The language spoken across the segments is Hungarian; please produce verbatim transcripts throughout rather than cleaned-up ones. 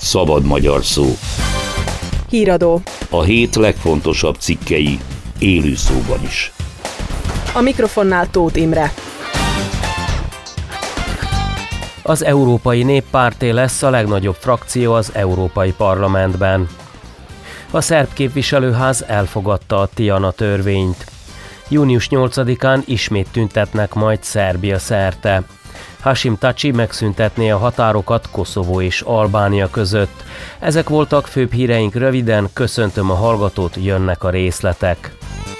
Szabad magyar szó. Híradó. A hét legfontosabb cikkei élő szóban is. A mikrofonnál Tóth Imre. Az Európai Néppárté lesz a legnagyobb frakció az Európai Parlamentben. A szerb képviselőház elfogadta a Tiana törvényt. június nyolcadikán ismét tüntetnek majd Szerbia szerte. Hashim Thaçi megszüntetné a határokat Koszovó és Albánia között. Ezek voltak főbb híreink röviden, köszöntöm a hallgatót, jönnek a részletek.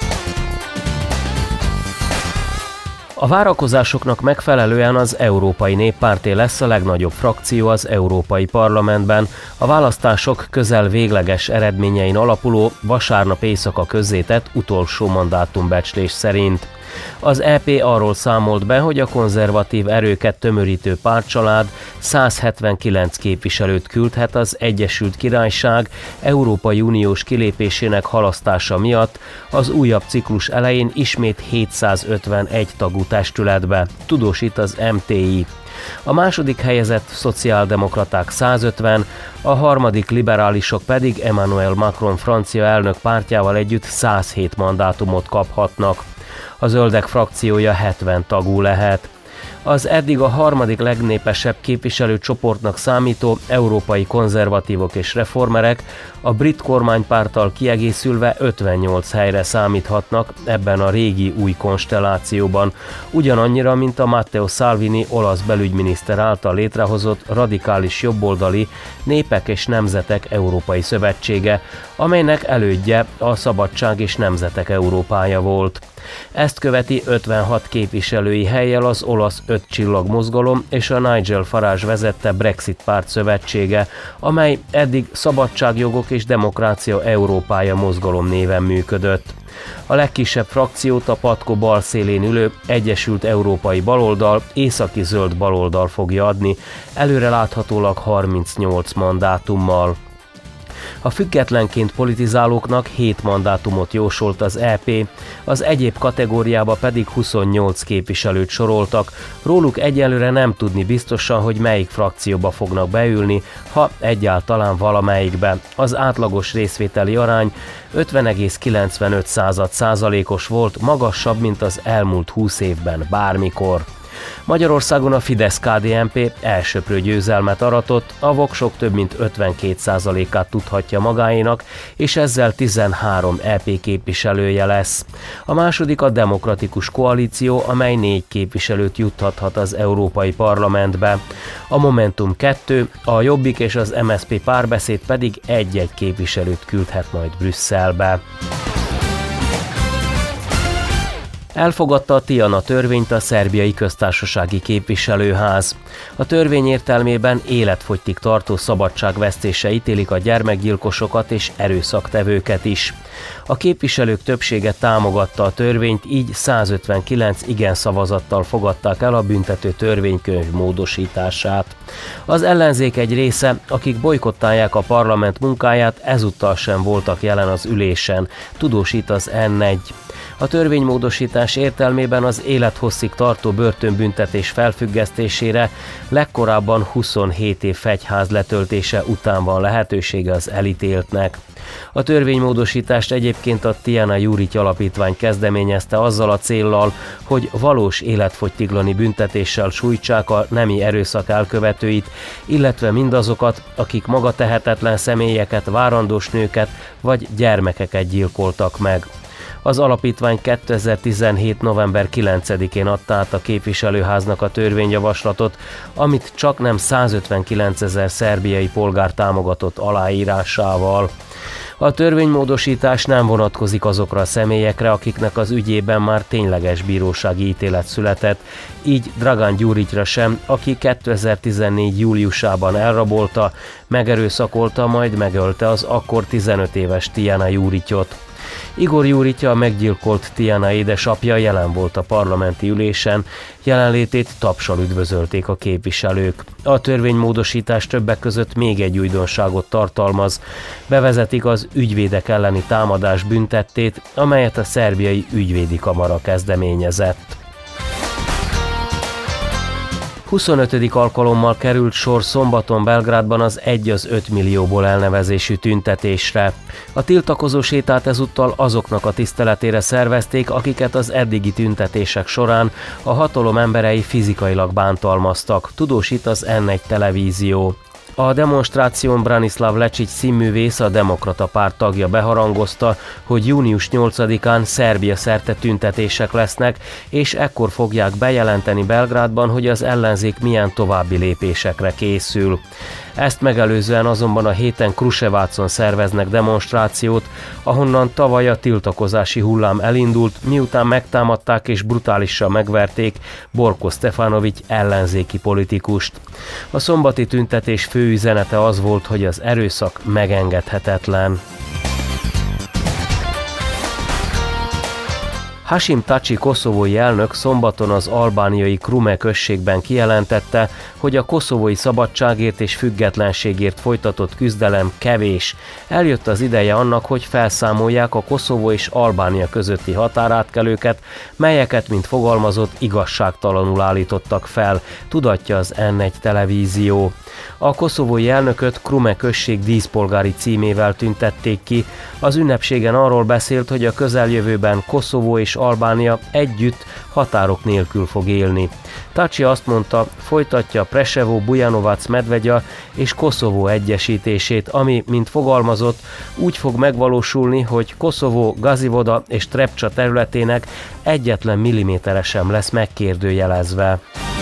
A várakozásoknak megfelelően az Európai Néppárté lesz a legnagyobb frakció az Európai Parlamentben, a választások közel végleges eredményein alapuló vasárnap éjszaka közzétett utolsó mandátumbecslés szerint. Az é pé arról számolt be, hogy a konzervatív erőket tömörítő pártcsalád száz hetvenkilenc képviselőt küldhet az Egyesült Királyság Európai Uniós kilépésének halasztása miatt az újabb ciklus elején ismét hétszázötvenegy tagú testületbe, tudósít az em té i. A második helyezett szociáldemokraták százötven, a harmadik liberálisok pedig Emmanuel Macron francia elnök pártjával együtt száz hét mandátumot kaphatnak. A zöldek frakciója hetven tagú lehet. Az eddig a harmadik legnépesebb képviselőcsoportnak számító európai konzervatívok és reformerek a brit kormánypárttal kiegészülve ötvennyolc helyre számíthatnak ebben a régi új konstellációban, ugyanannyira, mint a Matteo Salvini olasz belügyminiszter által létrehozott radikális jobboldali Népek és Nemzetek Európai Szövetsége, amelynek elődje a Szabadság és Nemzetek Európája volt. Ezt követi ötvenhat képviselői hellyel az olasz öt csillag mozgalom és a Nigel Farage vezette Brexit párt szövetsége, amely eddig Szabadságjogok és Demokrácia Európája mozgalom néven működött. A legkisebb frakciót a patkó bal szélén ülő Egyesült Európai Baloldal, Északi Zöld Baloldal fogja adni, előreláthatólag harmincnyolc mandátummal. A függetlenként politizálóknak hét mandátumot jósolt az é pé, az egyéb kategóriába pedig huszonnyolc képviselőt soroltak, róluk egyelőre nem tudni biztosan, hogy melyik frakcióba fognak beülni, ha egyáltalán valamelyikbe. Az átlagos részvételi arány ötven egész kilencvenöt százalékos volt, magasabb, mint az elmúlt húsz évben bármikor. Magyarországon a Fidesz-ká dé en pé elsöprő győzelmet aratott, a voksok több mint ötvenkét százalékát tudhatja magáénak, és ezzel tizenhárom é pé képviselője lesz. A második a Demokratikus Koalíció, amely négy képviselőt juttathat az Európai Parlamentbe. A Momentum kettő, a Jobbik és az em es zé pé Párbeszéd pedig egy-egy képviselőt küldhet majd Brüsszelbe. Elfogadta a Tiana törvényt a szerbiai köztársasági képviselőház. A törvény értelmében életfogytig tartó szabadságvesztése ítélik a gyermekgyilkosokat és erőszaktevőket is. A képviselők többsége támogatta a törvényt, így százötvenkilenc igen szavazattal fogadták el a büntető törvénykönyv módosítását. Az ellenzék egy része, akik bojkottálják a parlament munkáját, ezúttal sem voltak jelen az ülésen, tudósít az en egy. A törvénymódosítás értelmében az élethosszig tartó börtönbüntetés felfüggesztésére legkorábban huszonhét év fegyház letöltése után van lehetősége az elítéltnek. A törvénymódosítást egyébként a Tiana Juric Alapítvány kezdeményezte azzal a céllal, hogy valós életfogytiglani büntetéssel sújtsák a nemi erőszak elkövetőit, illetve mindazokat, akik magatehetetlen személyeket, várandós nőket vagy gyermekeket gyilkoltak meg. Az alapítvány kétezer-tizenhét. november kilencedikén adta át a képviselőháznak a törvényjavaslatot, amit csak nem százötvenkilencezer szerbiai polgár támogatott aláírásával. A törvénymódosítás nem vonatkozik azokra a személyekre, akiknek az ügyében már tényleges bírósági ítélet született, így Dragan Gyuricra sem, aki kétezer-tizennégy. júliusában elrabolta, megerőszakolta, majd megölte az akkor tizenöt éves Tiana Juricot. Igor Juric, a meggyilkolt Tiana édesapja jelen volt a parlamenti ülésen, jelenlétét tapssal üdvözölték a képviselők. A törvénymódosítás többek között még egy újdonságot tartalmaz. Bevezetik az ügyvédek elleni támadás büntettét, amelyet a szerbiai ügyvédi kamara kezdeményezett. huszonötödik alkalommal került sor szombaton Belgrádban az egy az öt millióból elnevezésű tüntetésre. A tiltakozó sétát ezúttal azoknak a tiszteletére szervezték, akiket az eddigi tüntetések során a hatalom emberei fizikailag bántalmaztak, tudósít az en egy televízió. A demonstráción Branislav Lecsics színművész, a Demokrata Párt tagja beharangozta, hogy június nyolcadikán Szerbia szerte tüntetések lesznek, és ekkor fogják bejelenteni Belgrádban, hogy az ellenzék milyen további lépésekre készül. Ezt megelőzően azonban a héten Kruševácon szerveznek demonstrációt, ahonnan tavaly a tiltakozási hullám elindult, miután megtámadták és brutálisan megverték Borko Stefanović ellenzéki politikust. A szombati tüntetés fő üzenete az volt, hogy az erőszak megengedhetetlen. Hashim Thaçi koszovói elnök szombaton az albániai Krume községben kijelentette, hogy a koszovói szabadságért és függetlenségért folytatott küzdelem kevés. Eljött az ideje annak, hogy felszámolják a Koszovó és Albánia közötti határátkelőket, melyeket, mint fogalmazott, igazságtalanul állítottak fel, tudatja az en egy televízió. A koszovói elnököt Krume község díszpolgári címével tüntették ki. Az ünnepségen arról beszélt, hogy a közeljövőben Koszovó és Albánia együtt határok nélkül fog élni. Thaçi azt mondta, folytatja Preševo, Bujanovac, Medvegya és Koszovó egyesítését, ami, mint fogalmazott, úgy fog megvalósulni, hogy Koszovó, Gazivoda és Trepcsa területének egyetlen millimétere sem lesz megkérdőjelezve.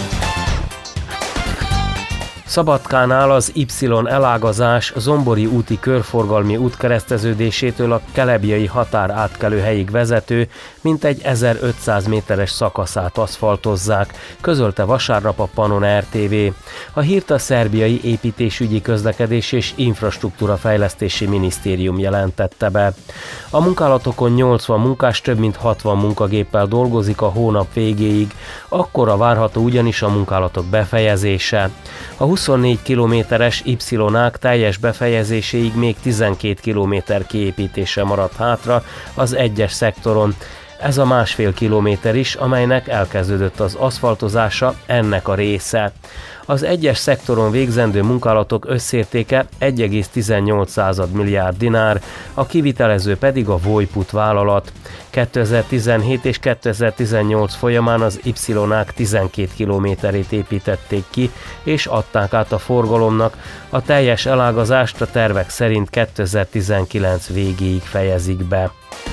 Szabadkánál az Y elágazás Zombori úti körforgalmi útkereszteződésétől a kelebjai határ átkelőhelyig vezető, mintegy ezerötszáz méteres szakaszát aszfaltozzák, közölte vasárnap a Panon er té vé. A hírt a szerbiai építésügyi, közlekedés és infrastruktúra fejlesztési minisztérium jelentette be. A munkálatokon nyolcvan munkás több mint hatvan munkagéppel dolgozik a hónap végéig, akkora várható ugyanis a munkálatok befejezése. A huszonnégy kilométeres Y-ák teljes befejezéséig még tizenkét kilométer kiépítése maradt hátra az egyes szektoron. Ez a másfél kilométer is, amelynek elkezdődött az aszfaltozása, ennek a része. Az egyes szektoron végzendő munkálatok összértéke egy egész tizennyolc milliárd dinár, a kivitelező pedig a Vojput vállalat. kétezer-tizenhét és kétezer-tizennyolc folyamán az Y-ák tizenkét kilométerét építették ki, és adták át a forgalomnak. A teljes elágazást a tervek szerint kétezer-tizenkilenc végéig fejezik be.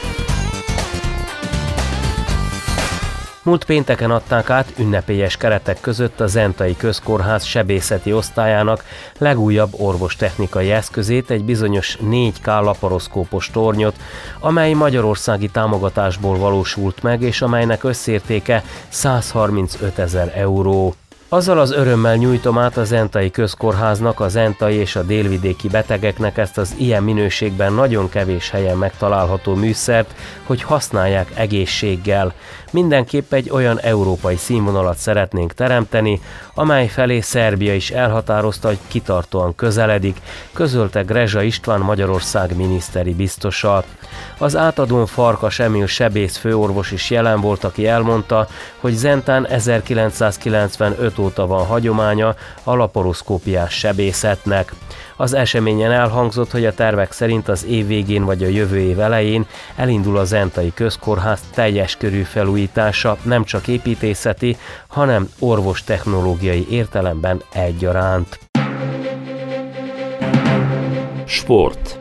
Múlt pénteken adták át ünnepélyes keretek között a Zentai Közkórház sebészeti osztályának legújabb orvostechnikai eszközét, egy bizonyos négy ká laparoszkópos tornyot, amely magyarországi támogatásból valósult meg, és amelynek összértéke százharmincötezer euró. Azzal az örömmel nyújtom át a Zentai Közkórháznak, a zentai és a délvidéki betegeknek ezt az ilyen minőségben nagyon kevés helyen megtalálható műszert, hogy használják egészséggel. Mindenképp egy olyan európai színvonalat szeretnénk teremteni, amely felé Szerbia is elhatározta, hogy kitartóan közeledik, közölte Grezsa István Magyarország miniszteri biztosa. Az átadón Farkas Emil sebész főorvos is jelen volt, aki elmondta, hogy Zentán ezerkilencszázkilencvenöt óta van hagyománya a laparoszkópiás sebészetnek. Az eseményen elhangzott, hogy a tervek szerint az év végén vagy a jövő év elején elindul a Zentai Közkórház teljes körű felújítása, nem csak építészeti, hanem orvostechnológiai értelemben egyaránt. Sport.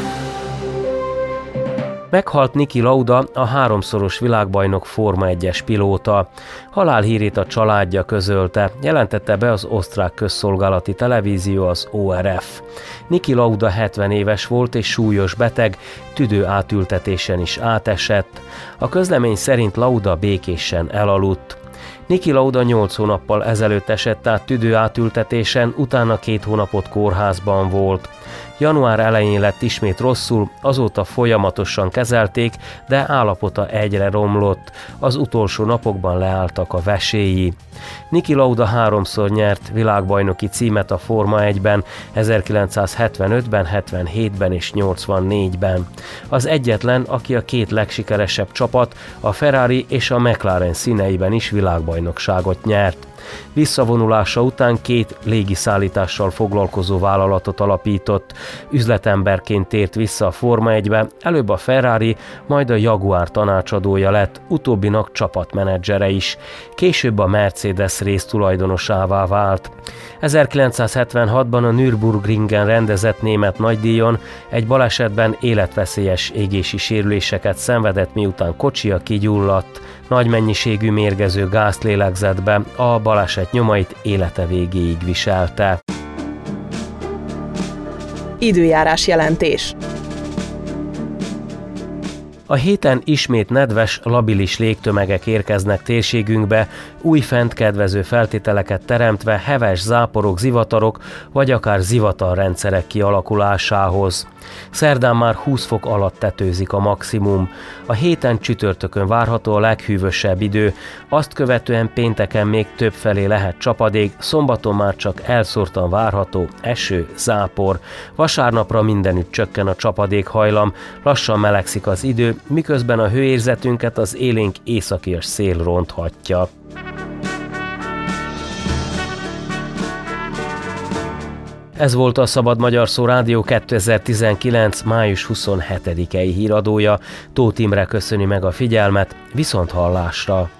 Meghalt Niki Lauda, a háromszoros világbajnok Forma egyes pilóta. Halálhírét a családja közölte, jelentette be az osztrák közszolgálati televízió, az o er ef. Niki Lauda hetven éves volt és súlyos beteg, tüdő átültetésen is átesett. A közlemény szerint Lauda békésen elaludt. Niki Lauda nyolc hónappal ezelőtt esett át tüdő átültetésen, utána két hónapot kórházban volt. Január elején lett ismét rosszul, azóta folyamatosan kezelték, de állapota egyre romlott. Az utolsó napokban leálltak a veséi. Niki Lauda háromszor nyert világbajnoki címet a Forma egyben, ezerkilencszázhetvenötben, hetvenhétben és nyolcvannégyben. Az egyetlen, aki a két legsikeresebb csapat, a Ferrari és a McLaren színeiben is világbajnokságot nyert. Visszavonulása után két légiszállítással foglalkozó vállalatot alapított. Üzletemberként tért vissza a Forma egybe, előbb a Ferrari, majd a Jaguar tanácsadója lett, utóbbinak csapatmenedzsere is. Később a Mercedes résztulajdonosává vált. ezerkilencszázhetvenhatban a Nürburgringen rendezett német nagydíjon egy balesetben életveszélyes égési sérüléseket szenvedett, miután kocsia kigyulladt. Nagy mennyiségű mérgező gázt lélegzett be, a baleset nyomait élete végéig viselte. Időjárás jelentés. A héten ismét nedves, labilis légtömegek érkeznek térségünkbe, újfent kedvező feltételeket teremtve heves záporok, zivatarok vagy akár zivatarrendszerek kialakulásához. Szerdán már húsz fok alatt tetőzik a maximum. A héten csütörtökön várható a leghűvösebb idő, azt követően pénteken még többfelé lehet csapadék, szombaton már csak elszórtan várható eső, zápor. Vasárnapra mindenütt csökken a csapadékhajlam, lassan melegszik az idő, miközben a hőérzetünket az élénk északias szél ronthatja. Ez volt a Szabad Magyar Szó Rádió kétezer-tizenkilenc. május huszonhetedikei híradója. Tóth Imre köszöni meg a figyelmet, viszont hallásra!